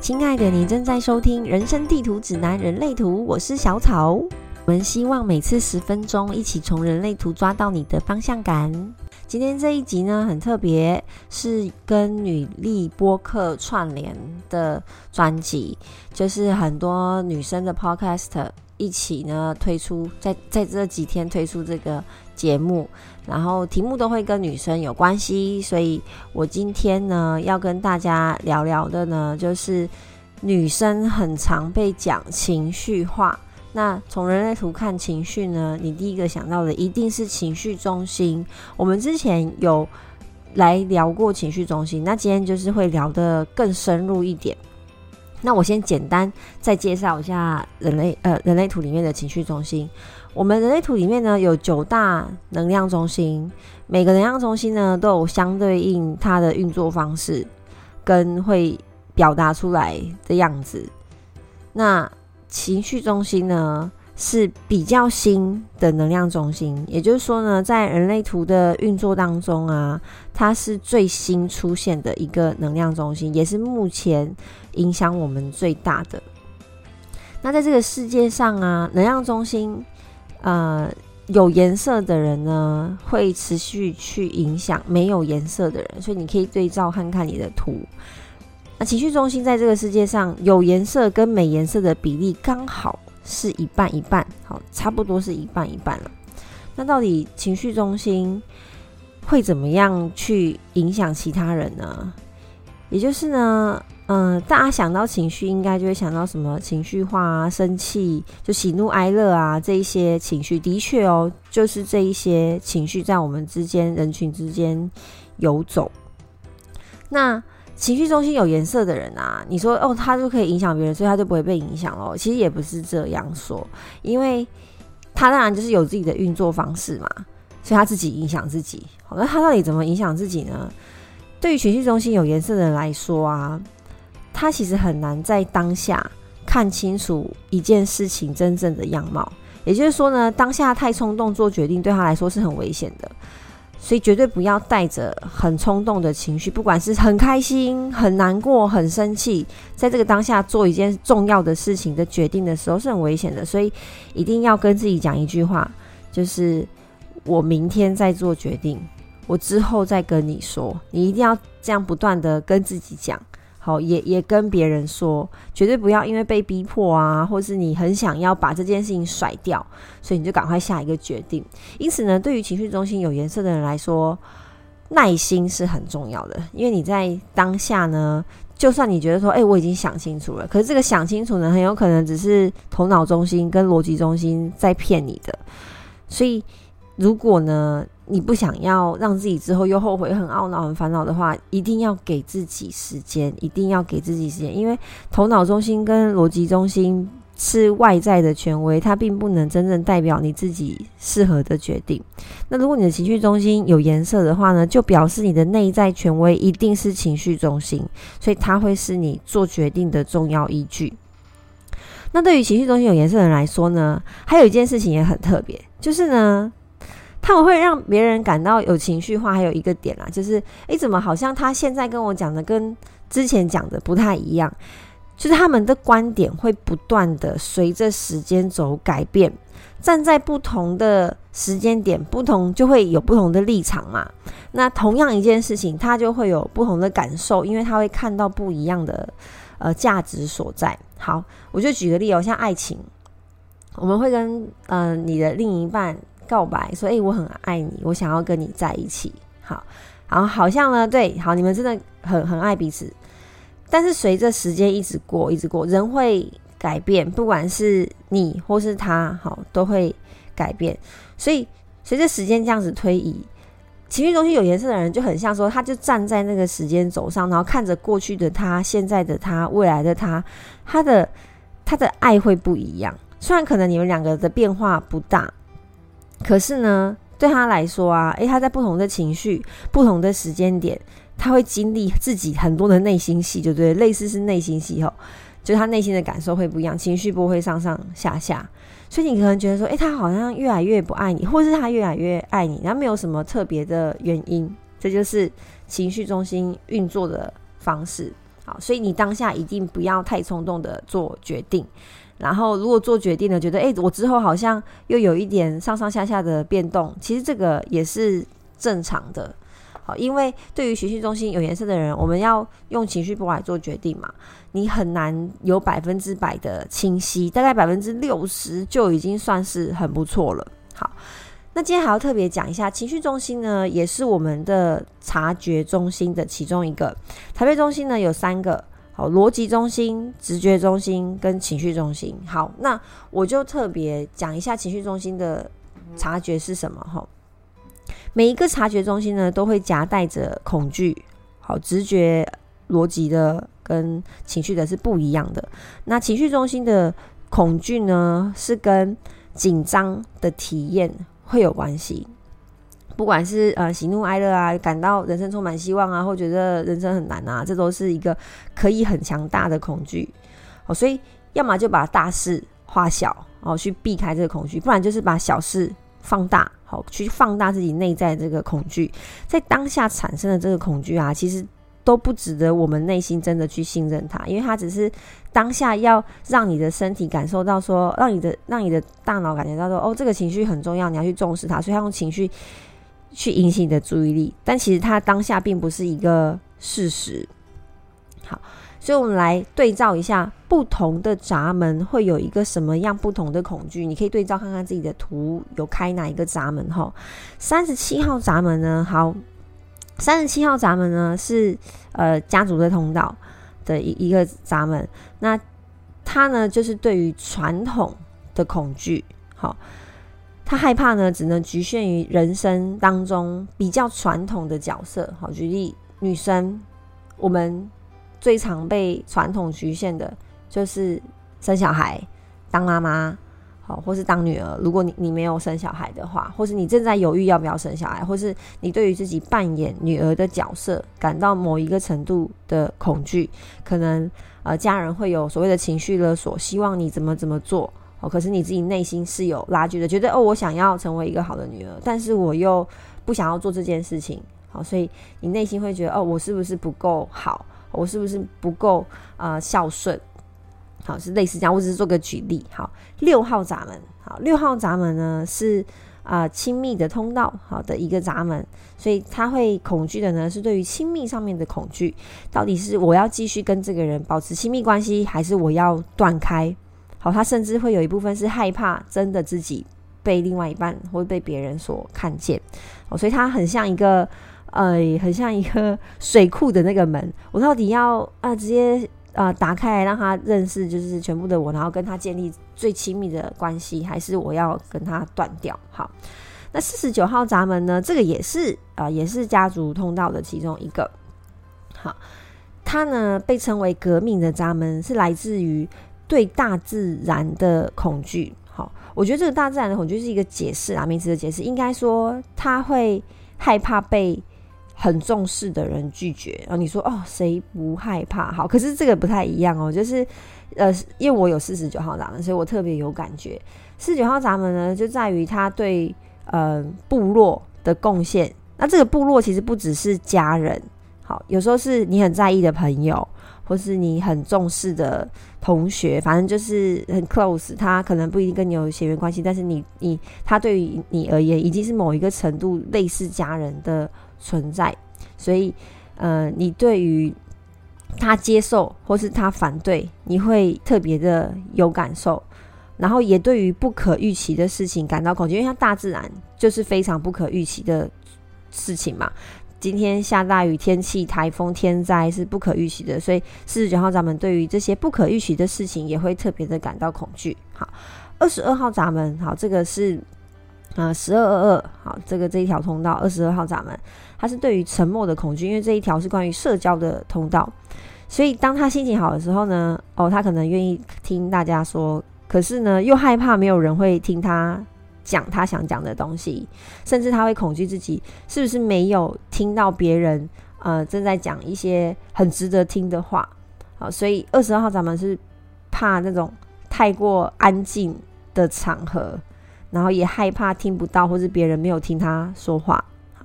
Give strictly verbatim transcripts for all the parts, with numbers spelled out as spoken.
亲爱的，你正在收听人生地图指南人类图，我是小草。我们希望每次十分钟，一起从人类图抓到你的方向感。今天这一集呢很特别，是跟女力播客串联的专辑，就是很多女生的 podcast 一起呢推出，在在这几天推出这个节目，然后题目都会跟女生有关系，所以我今天呢要跟大家聊聊的呢，就是女生很常被讲情绪化。那从人类图看情绪呢，你第一个想到的一定是情绪中心。我们之前有来聊过情绪中心，那今天就是会聊得更深入一点。那我先简单再介绍一下人类呃人类图里面的情绪中心。我们人类图里面呢有九大能量中心，每个能量中心呢都有相对应它的运作方式跟会表达出来的样子。那情绪中心呢是比较新的能量中心，也就是说呢，在人类图的运作当中啊，它是最新出现的一个能量中心，也是目前影响我们最大的。那在这个世界上啊，能量中心呃有颜色的人呢，会持续去影响没有颜色的人，所以你可以对照看看你的图。那情绪中心在这个世界上有颜色跟没颜色的比例刚好是一半一半，好，差不多是一半一半了。那到底情绪中心会怎么样去影响其他人呢？也就是呢，嗯、呃，大家想到情绪，应该就会想到什么情绪化啊、生气，就喜怒哀乐啊这一些情绪。的确哦，就是这一些情绪在我们之间、人群之间游走。那情绪中心有颜色的人啊，你说哦，他就可以影响别人，所以他就不会被影响咯。其实也不是这样说，因为他当然就是有自己的运作方式嘛，所以他自己影响自己。好，那他到底怎么影响自己呢？对于情绪中心有颜色的人来说啊，他其实很难在当下看清楚一件事情真正的样貌。也就是说呢，当下太冲动做决定对他来说是很危险的。所以绝对不要带着很冲动的情绪，不管是很开心、很难过、很生气，在这个当下做一件重要的事情的决定的时候是很危险的。所以一定要跟自己讲一句话，就是我明天再做决定，我之后再跟你说。你一定要这样不断的跟自己讲，好，也也跟别人说，绝对不要因为被逼迫啊，或是你很想要把这件事情甩掉，所以你就赶快下一个决定。因此呢，对于情绪中心有颜色的人来说，耐心是很重要的。因为你在当下呢，就算你觉得说，哎、欸，我已经想清楚了，可是这个想清楚呢，很有可能只是头脑中心跟逻辑中心在骗你的。所以如果呢，你不想要让自己之后又后悔、很懊恼、很烦恼的话，一定要给自己时间，一定要给自己时间，因为头脑中心跟逻辑中心是外在的权威，它并不能真正代表你自己适合的决定。那如果你的情绪中心有颜色的话呢，就表示你的内在权威一定是情绪中心，所以它会是你做决定的重要依据。那对于情绪中心有颜色的人来说呢，还有一件事情也很特别，就是呢，他们会让别人感到有情绪化。还有一个点啦，就是诶，怎么好像他现在跟我讲的跟之前讲的不太一样，就是他们的观点会不断的随着时间轴改变，站在不同的时间点，不同就会有不同的立场嘛。那同样一件事情，他就会有不同的感受，因为他会看到不一样的呃价值所在。好，我就举个例哦，像爱情，我们会跟呃你的另一半告白说，欸，我很爱你，我想要跟你在一起。好，然后好像呢，对，好，你们真的很很爱彼此，但是随着时间一直过一直过，人会改变，不管是你或是他，好，都会改变。所以随着时间这样子推移，情绪中心有颜色的人就很像说，他就站在那个时间轴上，然后看着过去的他、现在的他、未来的他，他的他的爱会不一样。虽然可能你们两个的变化不大，可是呢，对他来说啊，诶，他在不同的情绪、不同的时间点，他会经历自己很多的内心戏，就对，类似是内心戏吼，就他内心的感受会不一样，情绪波会上上下下。所以你可能觉得说，诶，他好像越来越不爱你，或是他越来越爱你，然后没有什么特别的原因，这就是情绪中心运作的方式。 好，所以你当下一定不要太冲动的做决定。然后如果做决定了，觉得哎、欸，我之后好像又有一点上上下下的变动，其实这个也是正常的。好，因为对于情绪中心有颜色的人，我们要用情绪波来做决定嘛，你很难有百分之百的清晰，大概百分之六十就已经算是很不错了。好，那今天还要特别讲一下，情绪中心呢，也是我们的察觉中心的其中一个。察觉中心呢有三个，好，逻辑中心、直觉中心跟情绪中心。好，那我就特别讲一下情绪中心的察觉是什么哈。每一个察觉中心呢，都会夹带着恐惧。好，直觉、逻辑的跟情绪的是不一样的。那情绪中心的恐惧呢，是跟紧张的体验会有关系。不管是呃喜怒哀乐啊，感到人生充满希望啊，或觉得人生很难啊，这都是一个可以很强大的恐惧。好，所以要么就把大事化小，哦，去避开这个恐惧，不然就是把小事放大，好，去放大自己内在这个恐惧。在当下产生的这个恐惧啊，其实都不值得我们内心真的去信任它，因为它只是当下要让你的身体感受到说，让你的让你的大脑感觉到说，哦，这个情绪很重要，你要去重视它，所以它用情绪去引起你的注意力，但其实它当下并不是一个事实。好，所以我们来对照一下不同的闸门会有一个什么样不同的恐惧，你可以对照看看自己的图有开哪一个闸门。三十七号闸门呢，好，三十七号闸门呢是呃家族的通道的一个闸门，那它呢就是对于传统的恐惧。好，他害怕呢，只能局限于人生当中比较传统的角色。好，举例，女生，我们最常被传统局限的就是生小孩、当妈妈，好，或是当女儿。如果你你没有生小孩的话，或是你正在犹豫要不要生小孩，或是你对于自己扮演女儿的角色感到某一个程度的恐惧，可能呃家人会有所谓的情绪勒索，希望你怎么怎么做。哦，可是你自己内心是有拉锯的，觉得哦，我想要成为一个好的女儿，但是我又不想要做这件事情。好，所以你内心会觉得哦，我是不是不够好？我是不是不够呃孝顺？好，是类似这样。我只是做个举例。好，六号闸门，好，六号闸门呢是啊亲密的通道，好的一个闸门，所以他会恐惧的呢是对于亲密上面的恐惧，到底是我要继续跟这个人保持亲密关系，还是我要断开？好，他甚至会有一部分是害怕真的自己被另外一半或被别人所看见。哦，所以他很像一个呃，很像一个水库的那个门，我到底要啊直接啊打开来让他认识就是全部的我，然后跟他建立最亲密的关系，还是我要跟他断掉？好，那四十九号闸门呢，这个也是啊、呃，也是家族通道的其中一个。好，它呢被称为革命的闸门，是来自于对大自然的恐惧。好，我觉得这个大自然的恐惧是一个解释啊，名词的解释，应该说他会害怕被很重视的人拒绝。然后你说哦，谁不害怕？好，可是这个不太一样哦，就是呃，因为我有四十九号闸门，所以我特别有感觉。四十九号闸门呢，就在于他对呃部落的贡献。那这个部落其实不只是家人，好，有时候是你很在意的朋友，或是你很重视的同学，反正就是很 close， 他可能不一定跟你有血缘关系，但是你你他对于你而言已经是某一个程度类似家人的存在，所以呃，你对于他接受或是他反对，你会特别的有感受，然后也对于不可预期的事情感到恐惧，因为像大自然就是非常不可预期的事情嘛。今天下大雨，天气、台风、天灾是不可预期的，所以四十九号闸门对于这些不可预期的事情也会特别的感到恐惧。好，二十二号闸门，好，这个是呃十二二二，好，这个这一条通道二十二号闸门，它是对于沉默的恐惧，因为这一条是关于社交的通道，所以当他心情好的时候呢，哦，他可能愿意听大家说，可是呢又害怕没有人会听他讲他想讲的东西，甚至他会恐惧自己是不是没有听到别人呃正在讲一些很值得听的话。好，所以二十二号闸门是怕那种太过安静的场合，然后也害怕听不到或是别人没有听他说话。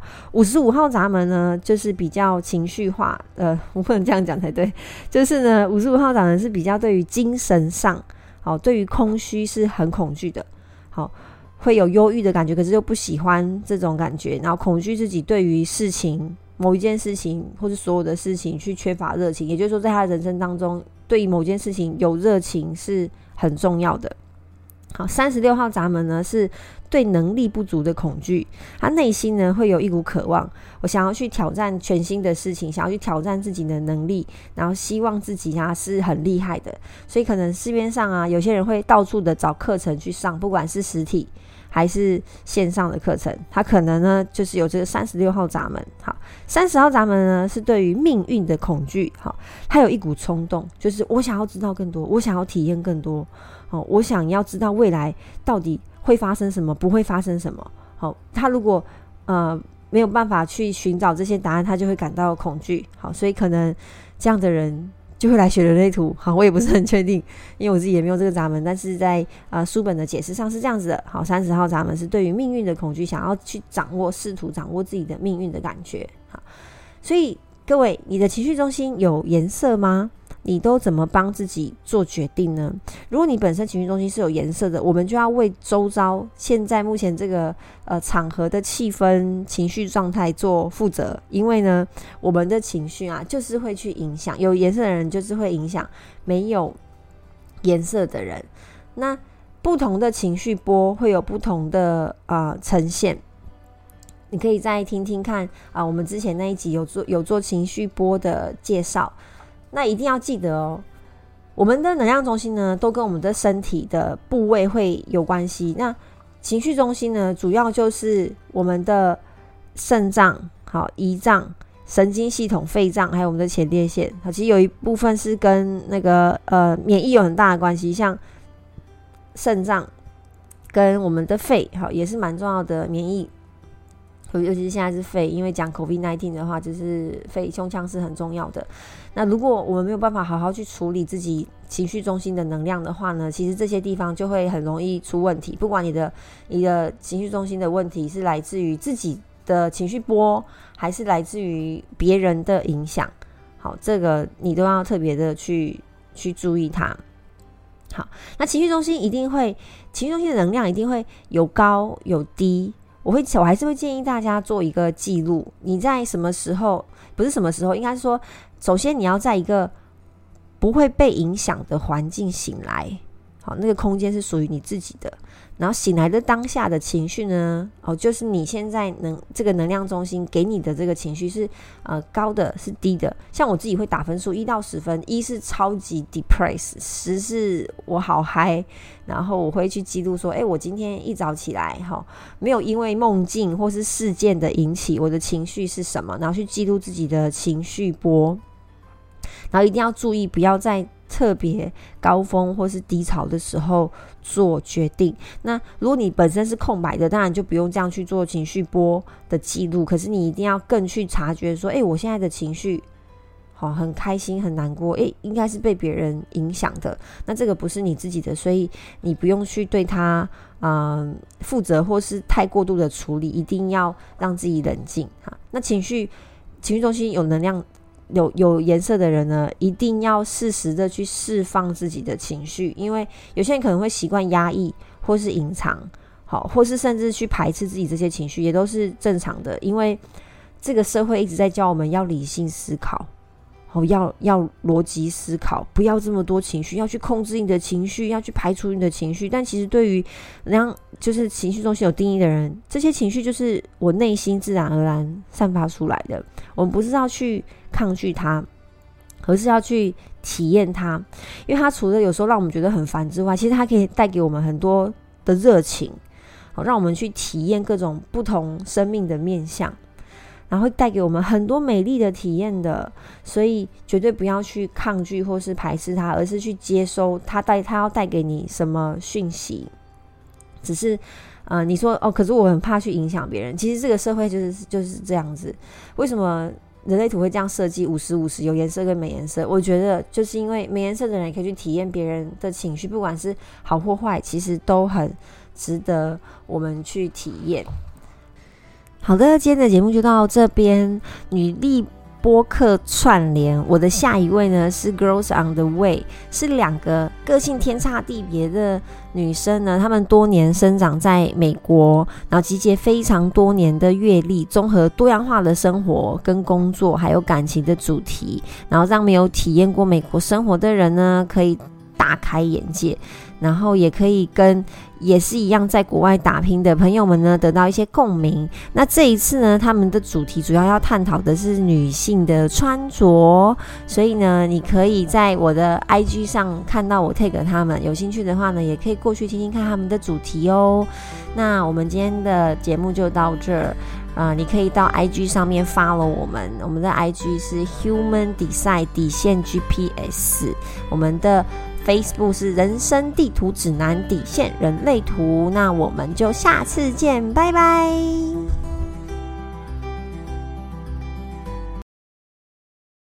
五十五号闸门呢，就是比较情绪化，呃，我不能这样讲才对，就是呢，五十五号闸门是比较对于精神上，好，对于空虚是很恐惧的，好，会有忧郁的感觉，可是又不喜欢这种感觉，然后恐惧自己对于事情某一件事情或是所有的事情去缺乏热情，也就是说，在他的人生当中，对于某件事情有热情是很重要的。好，三十六号闸门呢是对能力不足的恐惧，他内心呢会有一股渴望，我想要去挑战全新的事情，想要去挑战自己的能力，然后希望自己啊是很厉害的，所以可能市面上啊有些人会到处的找课程去上，不管是实体还是线上的课程，他可能呢就是有这个三十六号闸门。好，三十号闸门呢是对于命运的恐惧，好，他有一股冲动，就是我想要知道更多，我想要体验更多，好，我想要知道未来到底会发生什么，不会发生什么。好，他如果呃没有办法去寻找这些答案，他就会感到恐惧。好，所以可能这样的人就会来学人类图。好，我也不是很确定，因为我自己也没有这个闸门，但是在呃书本的解释上是这样子的。好，三十号闸门是对于命运的恐惧，想要去掌握，试图掌握自己的命运的感觉。好，所以各位，你的情绪中心有颜色吗？你都怎么帮自己做决定呢？如果你本身情绪中心是有颜色的，我们就要为周遭现在目前这个呃场合的气氛、情绪状态做负责，因为呢，我们的情绪啊，就是会去影响有颜色的人，就是会影响没有颜色的人。那不同的情绪波会有不同的呃呈现。你可以再听听看啊、呃，我们之前那一集有做有做情绪波的介绍。那一定要记得哦，我们的能量中心呢，都跟我们的身体的部位会有关系。那情绪中心呢，主要就是我们的肾脏、好胰脏、神经系统、肺脏，还有我们的前列腺。好，其实有一部分是跟那个呃免疫有很大的关系，像肾脏跟我们的肺，好也是蛮重要的免疫。尤其是现在是肺，因为讲 COVID 十九 的话，就是肺胸腔是很重要的。那如果我们没有办法好好去处理自己情绪中心的能量的话呢，其实这些地方就会很容易出问题。不管你的你的情绪中心的问题是来自于自己的情绪波，还是来自于别人的影响，好，这个你都要特别的去去注意它。好，那情绪中心一定会，情绪中心的能量一定会有高有低。我会，我还是会建议大家做一个记录。你在什么时候，不是什么时候，应该是说，首先你要在一个不会被影响的环境醒来，好，那个空间是属于你自己的。然后醒来的当下的情绪呢，哦，就是你现在能这个能量中心给你的这个情绪是呃高的，是低的。像我自己会打分数一到十分，一是超级 depressed， 十是我好嗨，然后我会去记录说，哎，我今天一早起来，哈、哦，没有因为梦境或是事件的引起，我的情绪是什么，然后去记录自己的情绪波，然后一定要注意，不要在特别高峰或是低潮的时候做决定。那如果你本身是空白的，当然就不用这样去做情绪波的记录，可是你一定要更去察觉说，诶，我现在的情绪好，很开心很难过，诶，应该是被别人影响的，那这个不是你自己的，所以你不用去对它嗯负责或是太过度的处理，一定要让自己冷静。那情绪情绪中心有能量有有颜色的人呢，一定要适时的去释放自己的情绪，因为有些人可能会习惯压抑或是隐藏，好，或是甚至去排斥自己这些情绪，也都是正常的，因为这个社会一直在教我们要理性思考，好，要要逻辑思考，不要这么多情绪，要去控制你的情绪，要去排除你的情绪。但其实对于那样就是情绪中心有定义的人，这些情绪就是我内心自然而然散发出来的，我们不是要去抗拒它，而是要去体验它，因为它除了有时候让我们觉得很烦之外，其实它可以带给我们很多的热情，好，让我们去体验各种不同生命的面向，然后会带给我们很多美丽的体验的。所以绝对不要去抗拒或是排斥它，而是去接收它带它要带给你什么讯息。只是呃，你说哦，可是我很怕去影响别人。其实这个社会就是就是这样子。为什么人类图会这样设计五十五十有颜色跟没颜色？我觉得就是因为没颜色的人也可以去体验别人的情绪，不管是好或坏，其实都很值得我们去体验。 好的，今天的节目就到这边。女力播客串联，我的下一位呢是 Girls on the Way， 是两个个性天差地别的女生呢，她们多年生长在美国，然后集结非常多年的阅历，综合多样化的生活跟工作还有感情的主题，然后让没有体验过美国生活的人呢可以大开眼界，然后也可以跟也是一样在国外打拼的朋友们呢得到一些共鸣。那这一次呢，他们的主题主要要探讨的是女性的穿着，所以呢，你可以在我的 I G 上看到我 tag 他们，有兴趣的话呢，也可以过去听听看他们的主题哦。那我们今天的节目就到这儿。呃，你可以到 I G 上面 follow 我们，我们的 I G 是 Human Design 底线 G P S， 我们的 Facebook 是人生地图指南底线人类图。那我们就下次见，拜拜。